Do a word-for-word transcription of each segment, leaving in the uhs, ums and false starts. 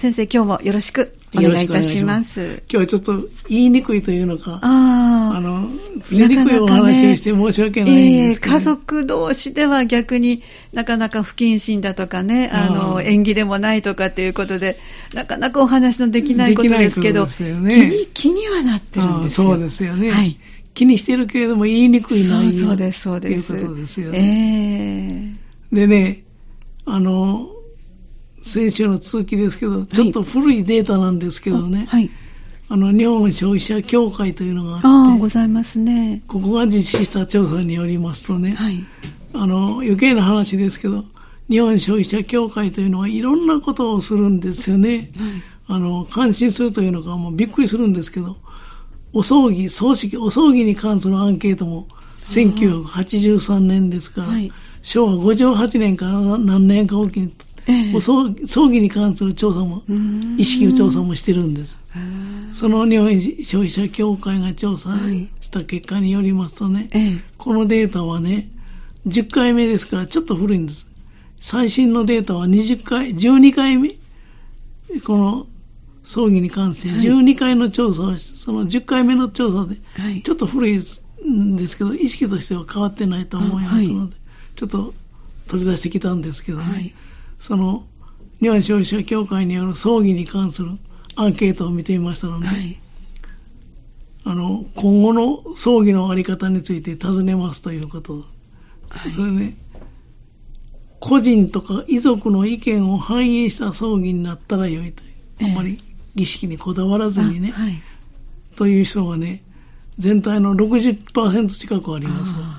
先生今日もよろしくお願いいたします。 今日はちょっと言いにくいというのか、 ああの触れにくいお話をして申し訳ないんですけど、ね、 えー、家族同士では逆になかなか不謹慎だとかね、あの縁起でもないとかっていうことでなかなかお話のできないことですけど、 できないことですよね、 気に気にはなってるんですよ。 そうですよね、 はい、 気にしてるけれども言いにくい内容そうですそうですということですよね、えー、でね、あの先週の続きですけど、ちょっと古いデータなんですけどね、はい、あの日本消費者協会というのがあって、 あございますね。 ここが実施した調査によりますとね、はい、あの余計な話ですけど、日本消費者協会というのはいろんなことをするんですよね、はい、あの感心するというのかもうびっくりするんですけど、お葬儀、葬式、お葬儀に関するアンケートもせんきゅうひゃくはちじゅうさんねんですから、はい、しょうわごじゅうはちねんから何年かおきにええ、葬儀に関する調査も、意識調査もしてるんです。その日本消費者協会が調査した結果によりますとね、はい、このデータはね、じゅっかいめですからちょっと古いんです。最新のデータはにじゅっかい、じゅうにかいめ、この葬儀に関してじゅうにかいの調査をして、そのじゅっかいめの調査で、ちょっと古いんですけど、意識としては変わってないと思いますので、はい、ちょっと取り出してきたんですけどね、はい、その日本消費者協会による葬儀に関するアンケートを見てみましたので、はい、あの今後の葬儀のあり方について尋ねますということ、はい、それね、個人とか遺族の意見を反映した葬儀になったらよいという、えー、あまり儀式にこだわらずにね、はい、という人がね、全体の ろくじゅっパーセント 近くありますが、はい、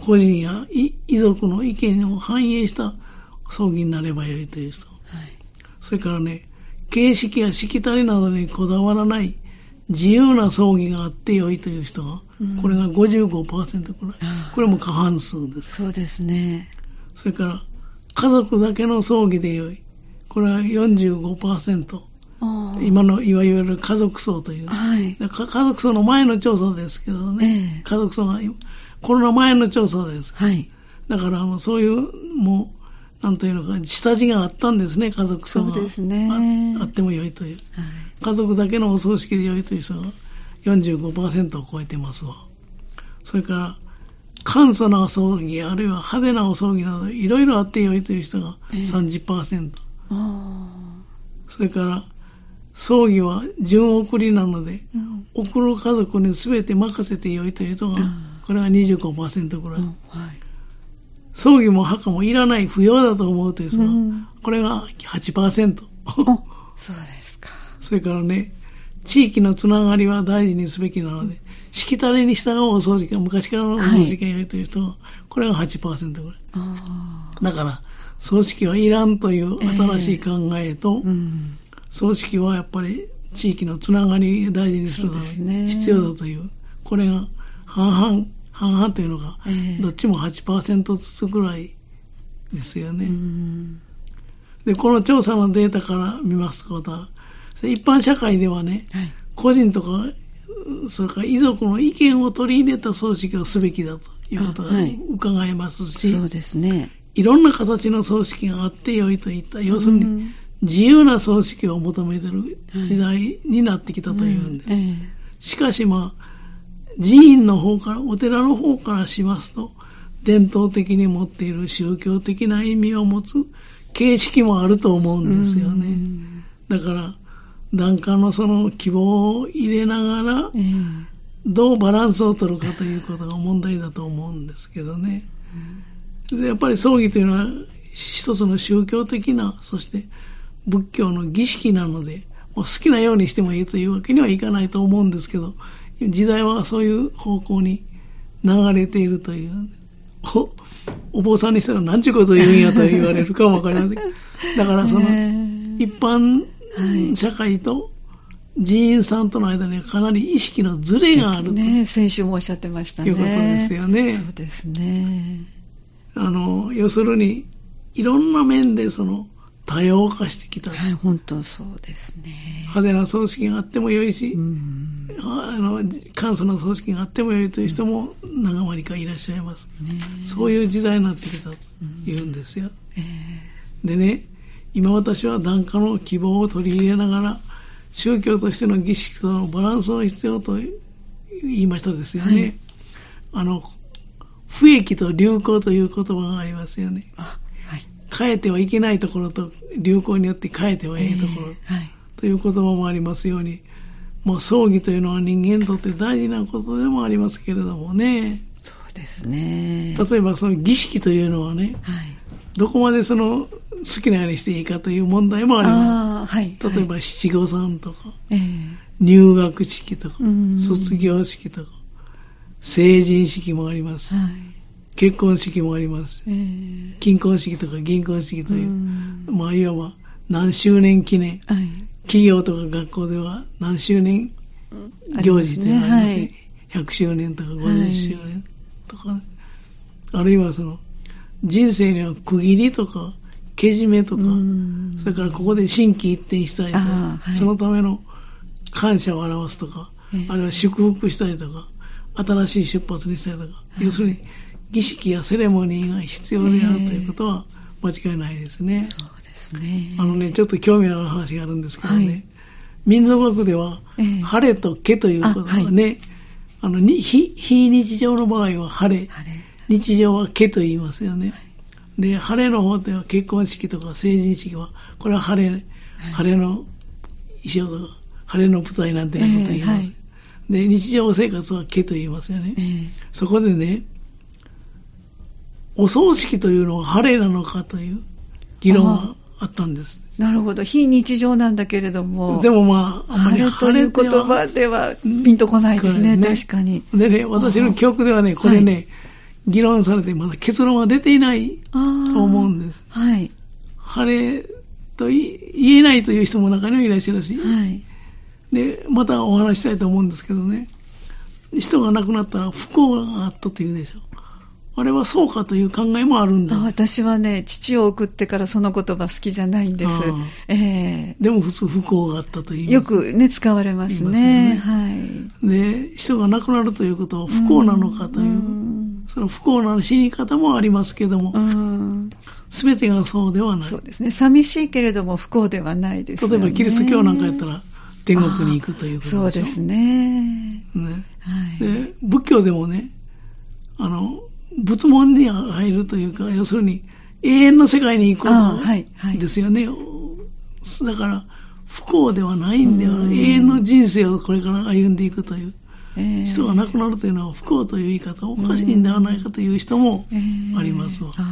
個人や遺族の意見を反映した葬儀になればよいという人、はい、それからね、形式やしきたりなどにこだわらない自由な葬儀があってよいという人が、うん、これが ごじゅうごパーセント くらい、これも過半数です。 そうですね。 それから家族だけの葬儀でよい、これは よんじゅうごパーセント、今のいわゆる家族葬という、はい、家族葬の前の調査ですけどね、えー、家族葬がコロナ前の調査です、はい、だからもうそういうもうなんというのか、下地があったんですね、家族葬が。そうですね。あ, あってもよいという、はい。家族だけのお葬式でよいという人が よんじゅうごパーセント を超えてますわ。それから、簡素な葬儀、あるいは派手なお葬儀など、いろいろあってよいという人が さんじゅっパーセント。えー、それから、葬儀は順送りなので、うん、送る家族に全て任せてよいという人が、うん、これが にじゅうごパーセント くらい。うん、はい、葬儀も墓もいらない、不要だと思うという人は、うん、これが はちパーセント。 そうですか。 それからね、地域のつながりは大事にすべきなので、しきたりに従うお葬式が昔からのお葬式が良いという人は、はい、これが はちパーセント ぐらい。だから、葬式はいらんという新しい考えと、えーうん、葬式はやっぱり地域のつながりを大事にするために必要だという、これが半々、半々というのが、えー、どっちも はちパーセント ずつぐらいですよね。うんで、この調査のデータから見ますことは、一般社会ではね、はい、個人とか、それから遺族の意見を取り入れた葬式をすべきだということが伺えますし、 はい、そうですね。 いろんな形の葬式があってよいといった、要するに自由な葬式を求めている時代になってきたというんです。はいうんえー、しかしまあ、寺院の方から、お寺の方からしますと、伝統的に持っている宗教的な意味を持つ形式もあると思うんですよね。だから、檀家のその希望を入れながら、どうバランスを取るかということが問題だと思うんですけどね。でやっぱり葬儀というのは一つの宗教的な、そして仏教の儀式なので、もう好きなようにしてもいいというわけにはいかないと思うんですけど、時代はそういう方向に流れているという。お, お坊さんにしたら何ちゅうこと言うんやと言われるかもわかりませんけど、だからその一般社会と寺院さんとの間にはかなり意識のズレがあると、 ね、先週もおっしゃってましたね。 いうことですよね。 そうですね。 あの要するにいろんな面でその多様化してきた。 はい、本当そうですね。 派手な葬式があってもよいし、うん、あの簡素な葬式があってもよいという人も何割かいらっしゃいます。ね、そういう時代になってきたと言うんですよ。うんえー、でね、 今私は檀家の希望を取り入れながら、宗教としての儀式とのバランスを必要と言いましたですよね。はい、あの、不易と流行という言葉がありますよね。あ、はい、変えてはいけないところと流行によって変えてはいいところ、えーはい、という言葉もありますように、もう葬儀というのは人間にとって大事なことでもありますけれどもね。 そうですね。 例えばその儀式というのはね、はい、どこまでその好きなようにしていいかという問題もあります。はい、例えば七五三とか、えー、入学式とか、卒業式とか、成人式もあります。はい、結婚式もあります。えー、金婚式とか銀婚式という、まあいわば何周年記念、はい、企業とか学校では何周年行事というのがありますね。はい、ひゃくしゅうねんとかごじゅっしゅうねんとか、はい、あるいはその人生には区切りとかけじめとか、それからここで心機一転したいとか、はい、そのための感謝を表すとか、えー、あるいは祝福したいとか、新しい出発にしたいとか、はい、要するに儀式やセレモニーが必要であるということは間違いないですね。えー、そうですね。あのね、ちょっと興味のある話があるんですけどね、はい、民族学では、えー、晴れとけということがね、はい、あのに非、非日常の場合は晴れ、晴れ、日常はけと言いますよね。はい、で、晴れの方では結婚式とか成人式は、これは晴れ、はい、晴れの衣装とか、晴れの舞台なんてなこと言います。えーはい、で、日常生活はけと言いますよね。えー、そこでね、お葬式というのは晴れなのかという議論があったんです。 なるほど。非日常なんだけれども。 でもまあ、あんまり晴れという言葉ではピンとこないですね。ね、確かに。 でね、私の記憶ではね、これね、はい、議論されてまだ結論は出ていないと思うんです。はい。晴れと言えないという人も中にはいらっしゃるし、はい。で、またお話したいと思うんですけどね、人が亡くなったら不幸があったというでしょう。あれはそうかという考えもあるんだ。 私はね、父を送ってからその言葉好きじゃないんです。 えー、でも普通不幸があったと言います。 よくね、使われますね。ね、はい。 で、人が亡くなるということは不幸なのかという、うその不幸な死に方もありますけども、すべてがそうではない。 そうですね。寂しいけれども不幸ではないですよね。 例えばキリスト教なんかやったら天国に行くということでしょ。 そうですね。 ね、はい、で、仏教でもね、あの、仏門に入るというか、要するに永遠の世界に行くことですよね。はいはい、だから不幸ではないんではない。永遠の人生をこれから歩んでいくという。えー、人が亡くなるというのは不幸という言い方おかしいんではないかという人もありますわ。えー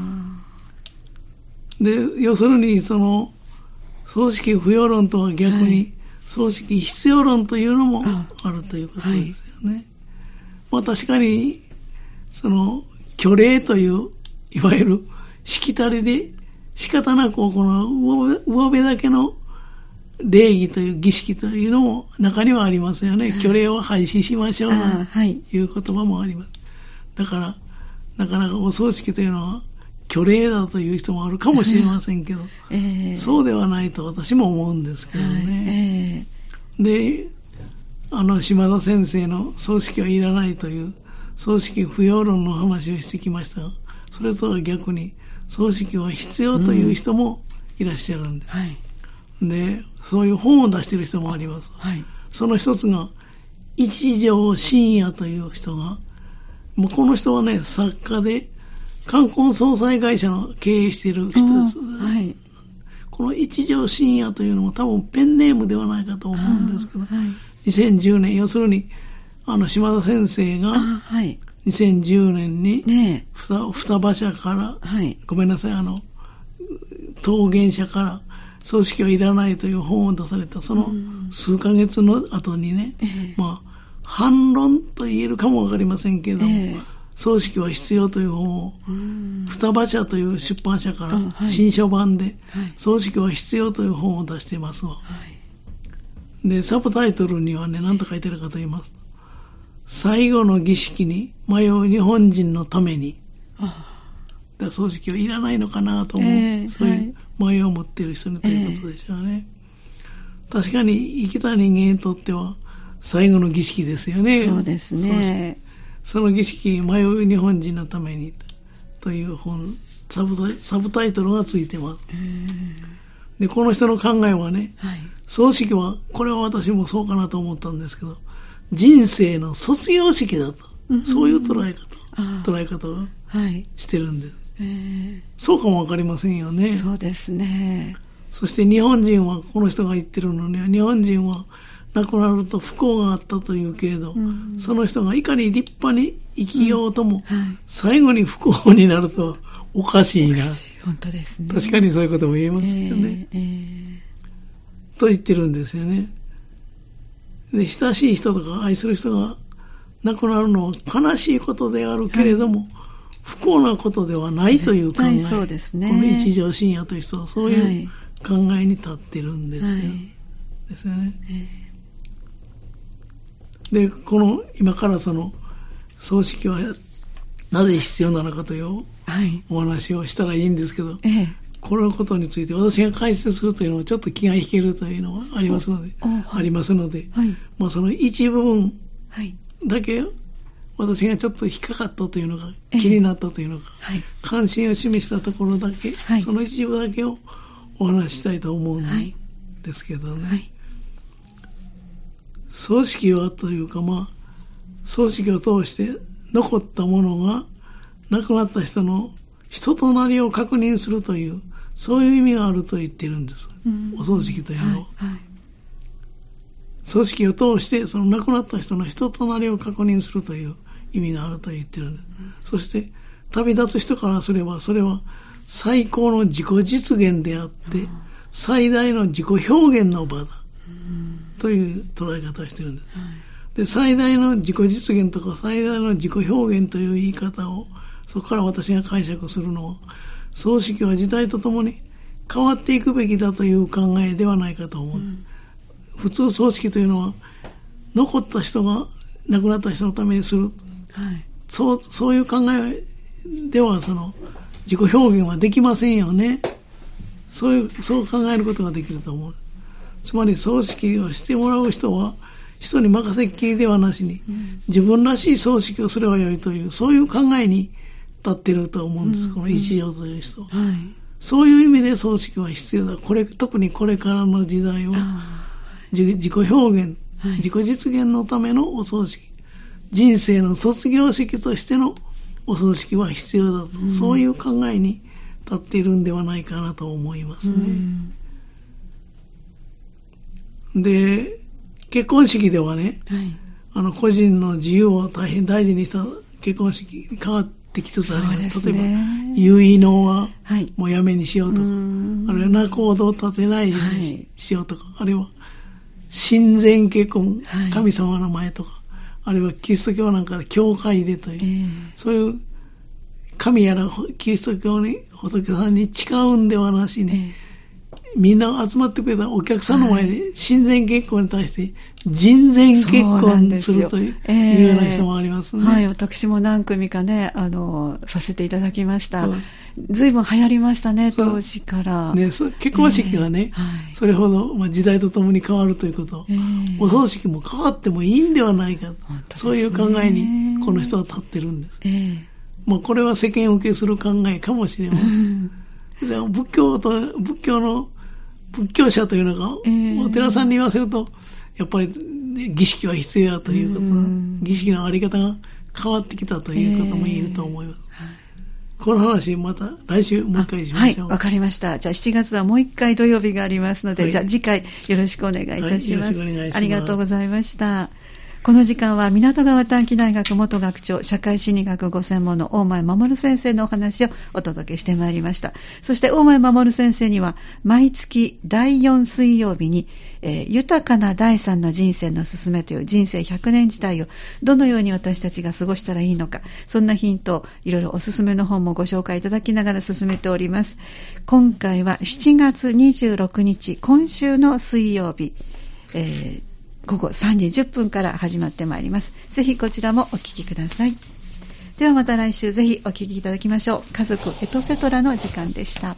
えー、で、要するにその葬式不要論とは逆に、はい、葬式必要論というのもあるということですよね。はい、まあ確かにその虚礼といういわゆるしきたりで仕方なく行う上辺だけの礼儀という儀式というのも中にはありますよね。虚礼を廃止しましょうという言葉もあります。だからなかなかお葬式というのは虚礼だという人もあるかもしれませんけど、えー、そうではないと私も思うんですけどね。えー、で、あの島田先生の葬式はいらないという葬式不要論の話をしてきましたが、それとは逆に葬式は必要という人もいらっしゃるんです。うん、はい、で、そういう本を出している人もあります。はい、その一つが一条信也という人が、もうこの人はね、作家で冠婚葬祭会社の経営している人です。はい、この一条信也というのも多分ペンネームではないかと思うんですけど、はい、にせんじゅうねん、要するにあの島田先生がにせんじゅうねんに双葉社から、はい、ごめんなさい、あの桃源社から葬式はいらないという本を出されたその数ヶ月の後にね、えー、まあ反論と言えるかもわかりませんけれども、えー、葬式は必要という本を双葉社という出版社から新書版で、はい、葬式は必要という本を出していますわ。はい、でサブタイトルにはね、何と書いてるかと言いますと、最後の儀式に迷う日本人のために。だから葬式はいらないのかなと思う、えー、そういう迷いを持っている人にということでしょうね。えー、確かに生きた人間にとっては最後の儀式ですよね。 そうですね。 その儀式迷う日本人のために。 という本、サブタイ、サブタイトルがついてます。で、この人の考えはね、はい、葬式は、これは私もそうかなと思ったんですけど、人生の卒業式だと、うん、そういう捉え方、捉え方をしてるんです。はい、そうかもわかりませんよね。 そうですね。 そして日本人は、この人が言ってるのには、日本人は亡くなると不幸があったというけれど、うん、その人がいかに立派に生きようとも、うんはい、最後に不幸になるとおかしいな。 本当ですね。 確かにそういうことも言えますよね。えーえー、と言ってるんですよね。で、親しい人とか愛する人が亡くなるのは悲しいことであるけれども、はい、不幸なことではないという考え。 そうですね。 この一条信也という人はそういう考えに立ってるんですよ。はい、ですよね。えー、で、この今からその葬式はなぜ必要なのかというお話をしたらいいんですけど、はい、このことについて私が解説するというのはちょっと気が引けるというのがありますので、はい、ありますので、はい、まあその一部分だけ私がちょっと引っかかったというのが、気になったというのが、はい、関心を示したところだけ、はい、その一部だけをお話ししたいと思うんですけどね。はい、葬式はというか、まあ葬式を通して残ったものが亡くなった人の人となりを確認するという、そういう意味があると言っているんです。お葬式というのは、はいはい、葬式を通してその亡くなった人の人となりを確認するという意味があると言っているんです。うん、そして旅立つ人からすればそれは最高の自己実現であって、うん、最大の自己表現の場だ、うん、という捉え方をしているんです。はい、で、最大の自己実現とか最大の自己表現という言い方をそこから私が解釈するのは、葬式は時代とともに変わっていくべきだという考えではないかと思う。うん、普通葬式というのは残った人が亡くなった人のためにする、はい、そう、そういう考えではその自己表現はできませんよね。そういう、そう考えることができると思う。つまり葬式をしてもらう人は人に任せっきりではなしに、うん、自分らしい葬式をすればよいという、そういう考えに立っていると思うんです、うん、この一条という人は、はい、そういう意味で葬式は必要だ。これ、特にこれからの時代は自己表現、はい、自己実現のためのお葬式、人生の卒業式としてのお葬式は必要だと、うん、そういう考えに立っているんではないかなと思いますね。うん、で、結婚式ではね、はい、あの個人の自由を大変大事にした結婚式に変わってきつつあります。例えば結納はもうやめにしようとか、はい、あるいは仲人を立てないようにしようとか、はい、あるいは親善結婚、はい、神様の前とか、あるいはキリスト教なんかで教会でという、えー、そういう神やらキリスト教に仏さんに誓うんではなしに、えー、みんな集まってくれたお客さんの前で親善結婚に対して人善結婚するという、えー、いうような人もありますね。 はい、私も何組かね、あのさせていただきました。ずいぶん流行りましたね、当時から。ね、結婚式がね、えーはい、それほど、まあ、時代とともに変わるということ、えー、お葬式も変わってもいいんではないか、ね、そういう考えにこの人は立ってるんです。えーまあ、これは世間受けする考えかもしれません。仏教と仏教の仏教者というのが、えー、お寺さんに言わせるとやっぱり、ね、儀式は必要だということ、儀式のあり方が変わってきたということも言えると思います。えーはい、この話また来週もう一回しましょう。 はい、わかりました。じゃあしちがつはもう一回土曜日がありますので、はい、じゃあ次回よろしくお願いいたします。はい、よろしくお願いします。ありがとうございました。この時間は港川短期大学元学長、社会心理学ご専門の大前守先生のお話をお届けしてまいりました。そして大前守先生には毎月だいよん水曜日に、えー、豊かなだいさんの人生のすすめという人生ひゃくねん時代をどのように私たちが過ごしたらいいのか、そんなヒントをいろいろおすすめの本もご紹介いただきながら進めております。今回はしちがつにじゅうろくにち、今週の水曜日、えー午後さんじじゅっぷんから始まってまいります。ぜひこちらもお聞きください。ではまた来週ぜひお聞きいただきましょう。家族エトセトラの時間でした。